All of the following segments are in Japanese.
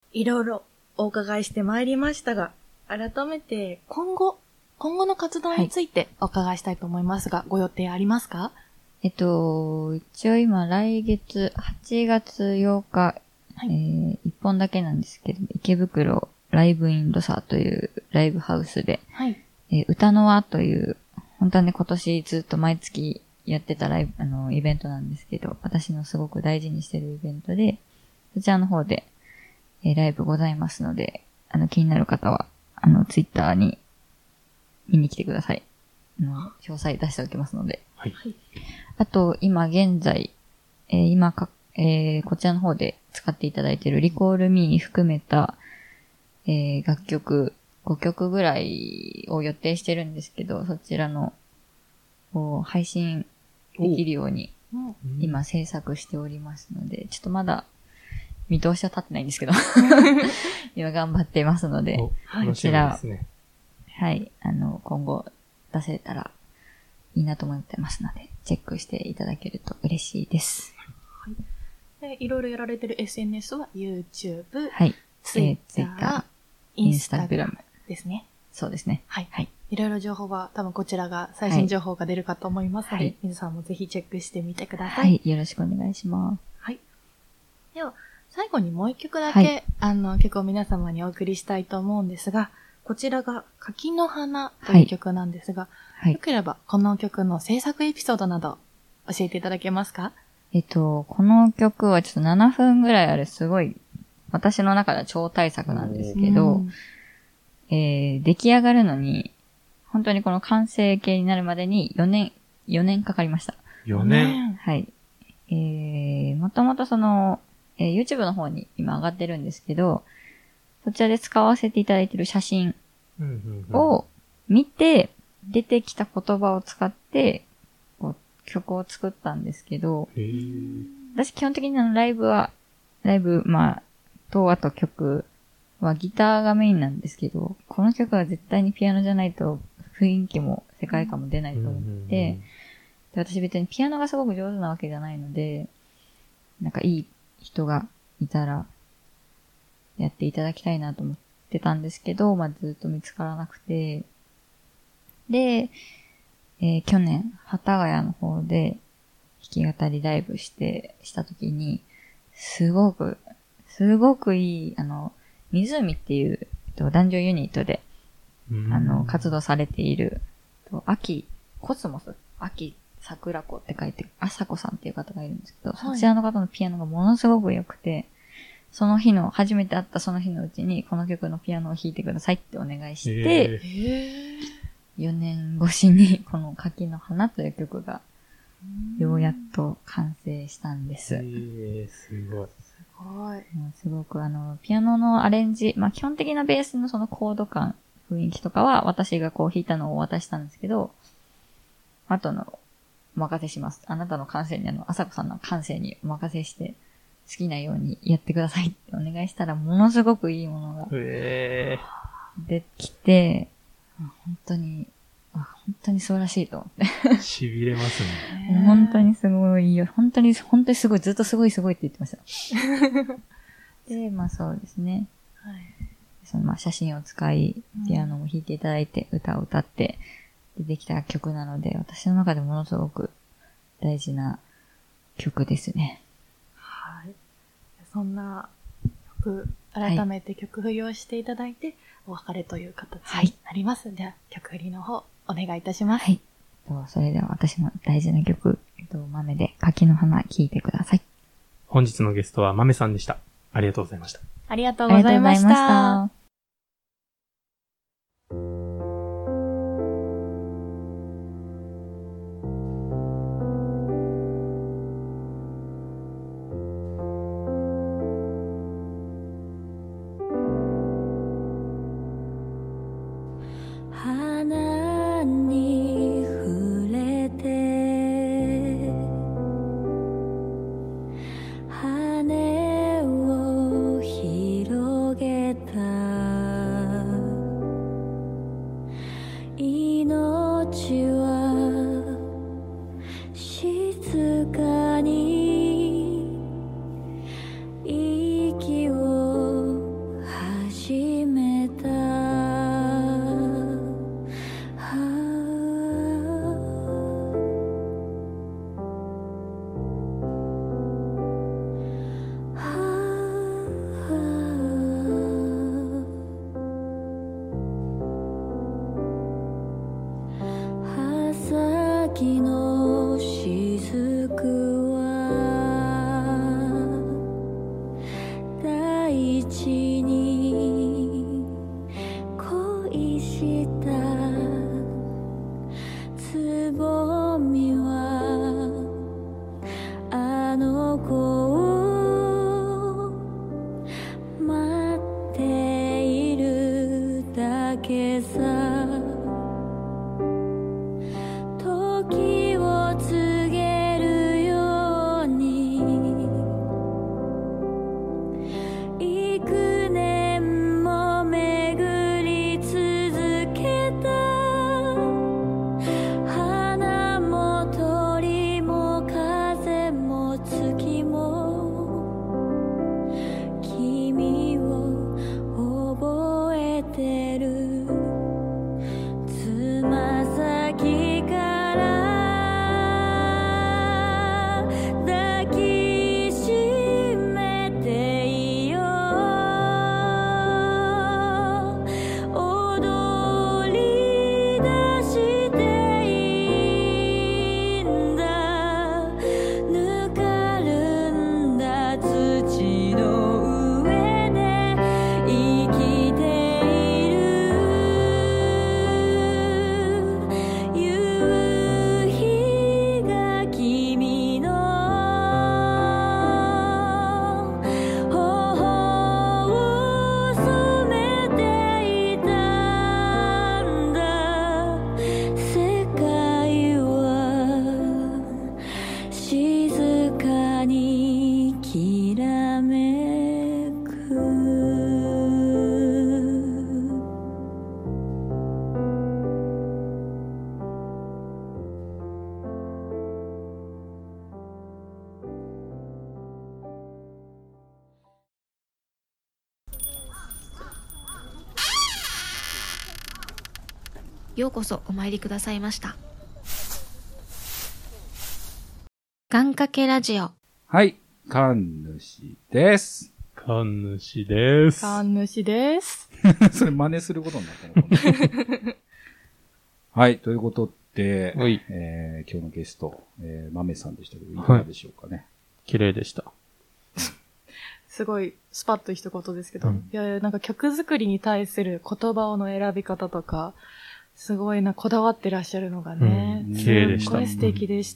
いろいろお伺いしてまいりましたが、改めて今後の活動についてお伺いしたいと思いますが、ご予定ありますか？ 一応今来月8月8日、1本だけなんですけど、池袋ライブインドサーというライブハウスで、歌の輪という、本当はね、今年ずっと毎月やってたイベントなんですけど、私のすごく大事にしてるイベントで、そちらの方で、ライブございますので、気になる方は、ツイッターに見に来てください。詳細出しておきますので。 はい。 あと、今現在、こちらの方で使っていただいているリコールミー含めた、楽曲5曲ぐらいを予定してるんですけど、そちらの配信できるように今制作しておりますので、ちょっとまだ見通しは立ってないんですけど今頑張っていますので、こちら、はい、今後出せたらいいなと思ってますので、チェックしていただけると嬉しいです。 はい。で、いろいろやられてる SNS は YouTube、 はい、 Twitter、Instagram ですね。 そうですね。 はい。はい。いろいろ情報は多分こちらが最新情報が出るかと思いますので、皆さんもぜひチェックしてみてください。 はい。よろしくお願いします。 はい。では、最後にもう一曲だけ、曲を皆様にお送りしたいと思うんですが、こちらが柿の花という曲なんですが、よければこの曲の制作エピソードなど教えていただけますか？ この曲はちょっと7分ぐらいあるすごい、私の中では超大作なんですけど、出来上がるのに、本当にこの完成形になるまでに4年かかりました。 4年？ はい。もともとYouTube の方に今上がってるんですけど、そちらで使わせていただいている写真を見て、出てきた言葉を使って、曲を作ったんですけど、私基本的にライブ、あと曲はギターがメインなんですけど、この曲は絶対にピアノじゃないと雰囲気も世界観も出ないと思って、で私別にピアノがすごく上手なわけじゃないので、なんかいい人がいたらやっていただきたいなと思ってたんですけど、ずっと見つからなくて、で、去年、幡ヶ谷の方で弾き語りライブした時に、すごくいい、湖っていう、男女ユニットで、活動されている、コスモス、秋桜子って書いて、あさこさんっていう方がいるんですけど、そちらの方のピアノがものすごく良くて、初めて会ったその日のうちに、この曲のピアノを弾いてくださいってお願いして、4年越しにこの柿の花という曲がようやっと完成したんです。 すごい。 すごくピアノのアレンジ、基本的なベースのそのコード感、雰囲気とかは私が弾いたのを渡したんですけど、あとのお任せします。あなたの感性にあさこさんの感性にお任せして、好きなようにやってくださいってお願いしたら、ものすごくいいものが出きて、本当に素晴らしいと思って。 痺れますね。本当にすごいよ。本当にすごい、ずっとすごいって言ってました。で、そうですね。写真を使い、ピアノも弾いていただいて、歌を歌って出てきた曲なので、私の中でものすごく大事な曲ですね。 はい。そんな曲、改めて曲振りをしていただいて、お別れという形になります。では、曲振りの方、お願いいたします。 それでは私の大事な曲、豆で柿の花聴いてください。 本日のゲストは豆さんでした。ありがとうございました。 ありがとうございました。 花に触れて羽を広げたらめくようこそお参りくださいました。願掛けラジオ。 はい。神主です。 神主です。 神主です。 それ真似することになったのかなはい。ということで、 はい。 今日のゲスト、豆さんでしたけど、いかがでしょうかね。はい、 綺麗でした。 すごいスパッと一言ですけど、いや、なんか曲作りに対する言葉の選び方とか、すごいな、こだわってらっしゃるのがね。 綺麗でした。 すごい素敵でした。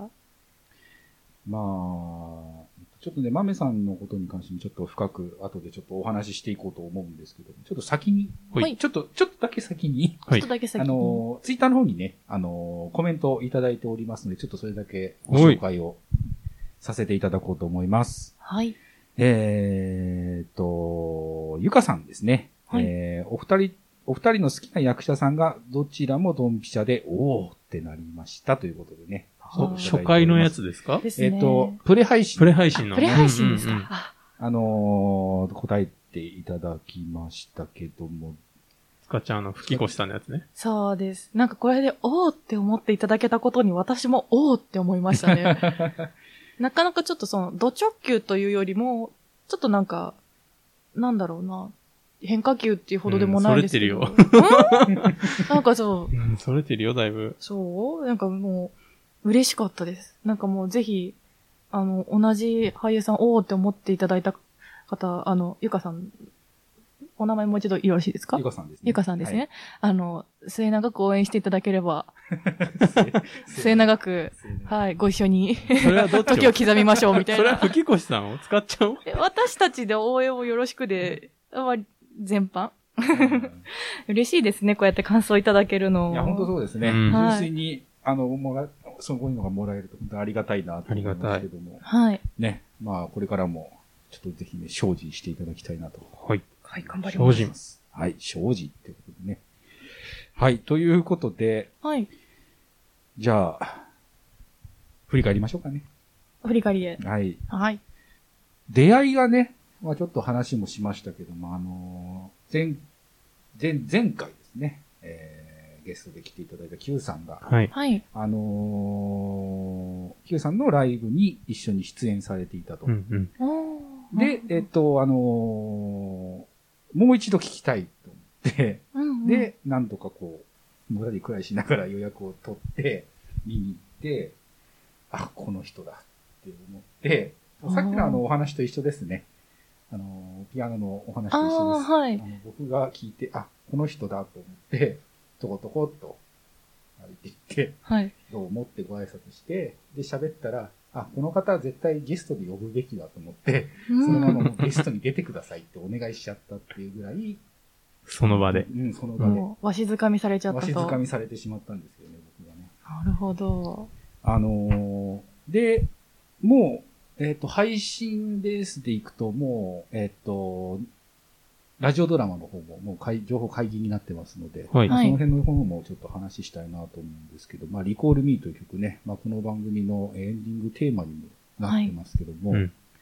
まあ、ちょっとね、豆さんのことに関してちょっと深く、後でちょっとお話ししていこうと思うんですけど、ちょっと先に、 はい、 ちょっとだけ先に、 はい、ちょっとだけ先に、 ツイッターの方にね、コメントをいただいておりますので、ちょっとそれだけご紹介をさせていただこうと思います。 はい。 ゆかさんですね。はい、お二人の好きな役者さんがどちらもドンピシャで、おーってなりましたということでね。 初回のやつですか？ プレ配信。 プレ配信の。 プレ配信ですか？ 答えていただきましたけども。 つかちゃん吹越さんのやつね。 そうです。なんかこれで、おーって思っていただけたことに私もおーって思いましたね。なかなかちょっとド直球というよりも、ちょっとなんか、なんだろうな。変化球っていうほどでもないですけど。 それてるよ。なんかそう。 それてるよ、だいぶ。 そうなんかもう、嬉しかったです。なんかもうぜひ、同じ俳優さん、おーって思っていただいた方、ゆかさん、お名前もう一度よろしいですか？ ゆかさんですね。 ゆかさんですね。はい、末永く応援していただければ、末永く、はい、ご一緒に、それはどっち時を刻みましょう、みたいな。 それは吹越さんを使っちゃう？ 私たちで応援をよろしくで、全般嬉しいですね、こうやって感想いただけるの。 いや、本当そうですね。純粋に、そういうのがもらえると本当ありがたいなと思いますけども。 はい。 ね。まあ、これからも、ちょっとぜひね、精進していただきたいなと。 はい。 はい、頑張ります。 精進。 はい、精進ってことでね。はい、ということで。 はい。 じゃあ、振り返りましょうかね。 振り返りへ。 はい。 はい。 出会いがね、まあちょっと話もしましたけども、前回ですね、ゲストで来ていただいた Q さんが、 はい。 Q さんのライブに一緒に出演されていたと。 うんうん、で、もう一度聞きたいと思って、で、なんとかこう、のらりくらいしながら予約を取って、見に行って、あ、この人だって思って、さっきのお話と一緒ですね。ピアノのお話と一緒です。 はい、 僕が聞いて、あ、この人だと思って、とことこっと歩いていって、 はい、 どうもってご挨拶して、で、喋ったら、あ、この方は絶対ゲストで呼ぶべきだと思って、そのままゲストに出てくださいってお願いしちゃったっていうぐらい、 その場で。 うん、その場で。 わしづかみされちゃったと。 わしづかみされてしまったんですよね、僕がね。 なるほど。 で、もう、配信ベースでいくと、もう、ラジオドラマの方も、もう情報会議になってますので、 はい。 その辺の方もちょっと話したいなと思うんですけど、まあ、リコールミーという曲ね、まあ、この番組のエンディングテーマにもなってますけども、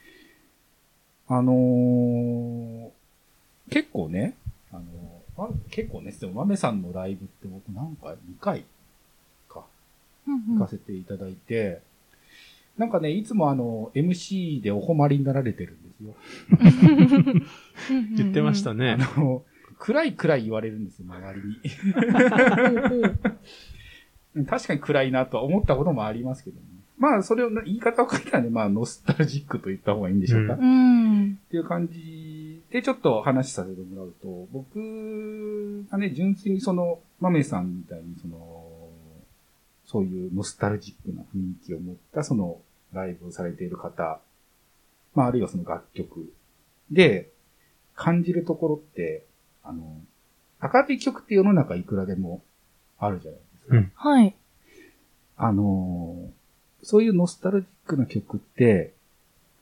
結構ね、でも豆さんのライブって僕何回 ?2 回か、行かせていただいて、なんかね、いつもMC でお困りになられてるんですよ。 言ってましたね。 暗い言われるんですよ、周りに。確かに暗いなとは思ったこともありますけどね。まあ、それを言い方を変えたらね、まあ、ノスタルジックと言った方がいいんでしょうか。っていう感じで、ちょっと話させてもらうと、僕がね、純粋に豆さんみたいにそういうノスタルジックな雰囲気を持ったライブをされている方、まあ、あるいはその楽曲で感じるところって、明るい曲って世の中いくらでもあるじゃないですか。 はい。 そういうノスタルジックな曲って、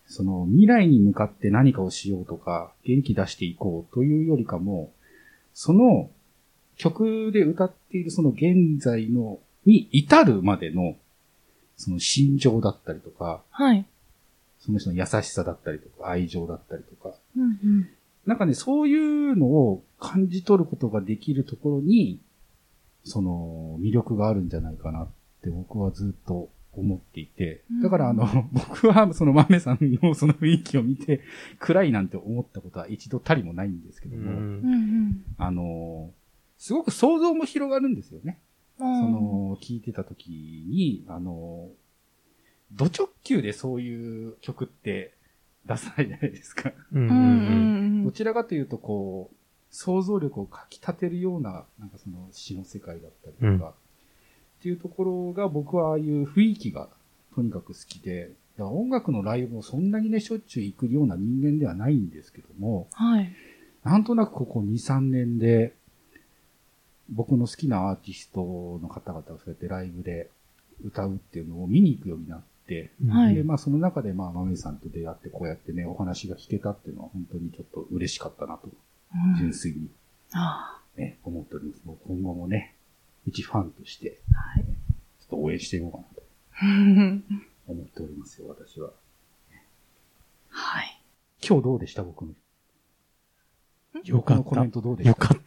その未来に向かって何かをしようとか、元気出していこうというよりかも、その曲で歌っているその現在のに至るまでのその心情だったりとか、 はい。 その人の優しさだったりとか、愛情だったりとか、 うんうん。 なんかね、そういうのを感じ取ることができるところに、その魅力があるんじゃないかなって僕はずっと思っていて、だから僕はその豆さんのその雰囲気を見て、暗いなんて思ったことは一度たりもないんですけども、すごく想像も広がるんですよね。その、聞いてた時に、ド直球でそういう曲って出さないじゃないですか。どちらかというと、こう、想像力をかき立てるような、なんかその詩の世界だったりとか、っていうところが僕はああいう雰囲気がとにかく好きで、だから音楽のライブもそんなにね、しょっちゅう行くような人間ではないんですけども、 はい。 なんとなくここ2、3年で、僕の好きなアーティストの方々がそうやってライブで歌うっていうのを見に行くようになって、 はい、 で、まあその中でまあ、まめさんと出会ってこうやってね、お話が聞けたっていうのは本当にちょっと嬉しかったなと、純粋に、ね、思っております。もう今後もね、一ファンとして、はい、ちょっと応援していこうかなと思っておりますよ、私は。 はい。 今日どうでした僕の。 よかった。 コメントどうでした？ よかった。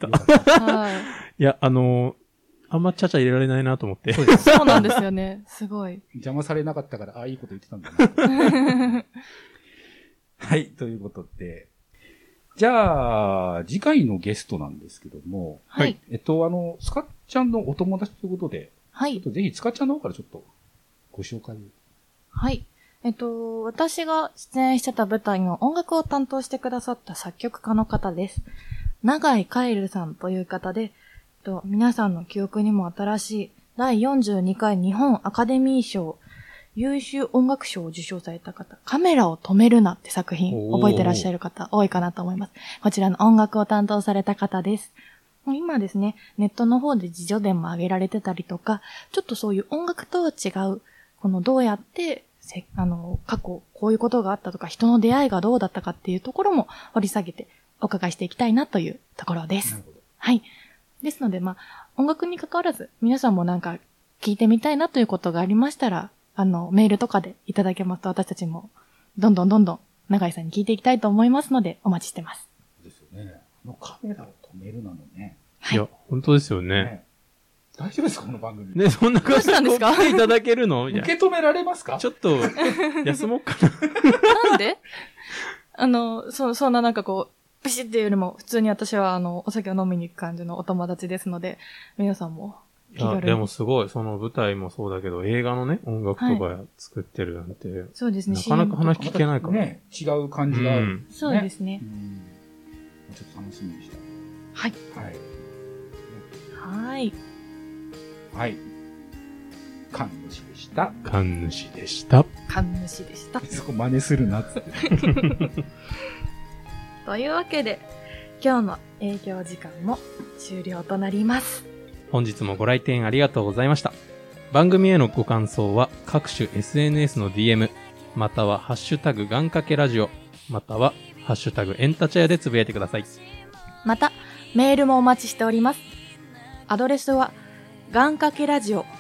はい。 いや、あんまちゃちゃ入れられないなと思って。 そうなんですよね。すごい。 邪魔されなかったから、ああ、いいこと言ってたんだな。はい、ということで。じゃあ、次回のゲストなんですけども。 はい。 スカッちゃんのお友達ということで。 はい。 ちょっとぜひ、スカッちゃんの方からちょっと、ご紹介を。 はい。私が出演してた舞台の音楽を担当してくださった作曲家の方です。永井カエルさんという方で、皆さんの記憶にも新しい第42回日本アカデミー賞優秀音楽賞を受賞された方、カメラを止めるなって作品覚えてらっしゃる方多いかなと思います。こちらの音楽を担当された方です。今ですね、ネットの方で自助伝も上げられてたりとか、ちょっとそういう音楽とは違う、このどうやって過去こういうことがあったとか、人の出会いがどうだったかっていうところも掘り下げてお伺いしていきたいなというところです。はい。ですので、音楽に関わらず、皆さんもなんか聞いてみたいなということがありましたら、メールとかでいただけますと、私たちもどんどん永井さんに聞いていきたいと思いますので、お待ちしてます。 ですよね。カメラを止めるなのね。 はい。いや、本当ですよね。 大丈夫ですかこの番組。 ね、そんな感じで来ていただけるの受け止められますか？ ちょっと、休もうかな。なんでそんななんかこう、ビシッっていうよりも、普通に私はお酒を飲みに行く感じのお友達ですので、皆さんも気軽に。 でもすごい、その舞台もそうだけど、映画のね、音楽とか作ってるなんて、 そうですね、 なかなか話聞けないからね。違う感じがある、ね。 そうですね。 ちょっと楽しみにした。 はい。はい。 はい。神主でした。 神主でした。 神主でした。 そこ真似するなっつって。 というわけで、今日の営業時間も終了となります。 本日もご来店ありがとうございました。番組へのご感想は各種 SNS の DM、またはハッシュタグ願掛けラジオ、またはハッシュタグエンタチャヤでつぶやいてください。 また、メールもお待ちしております。アドレスは、願掛けラジオ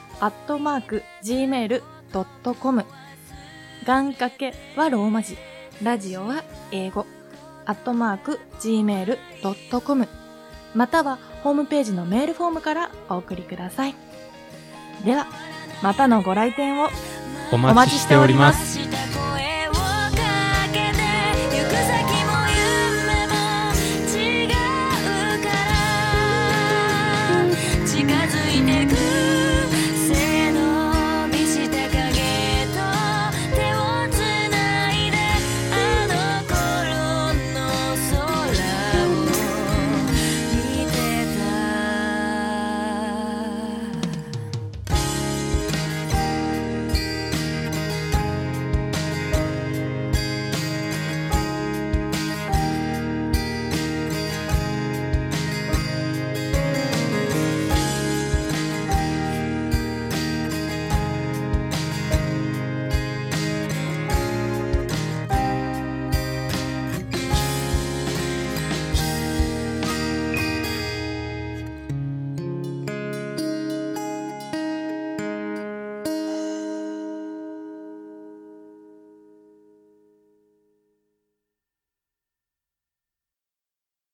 @gmail.com。願掛けはローマ字、ラジオは英語、@gmail.com。または、ホームページのメールフォームからお送りください。では、またのご来店をお待ちしております。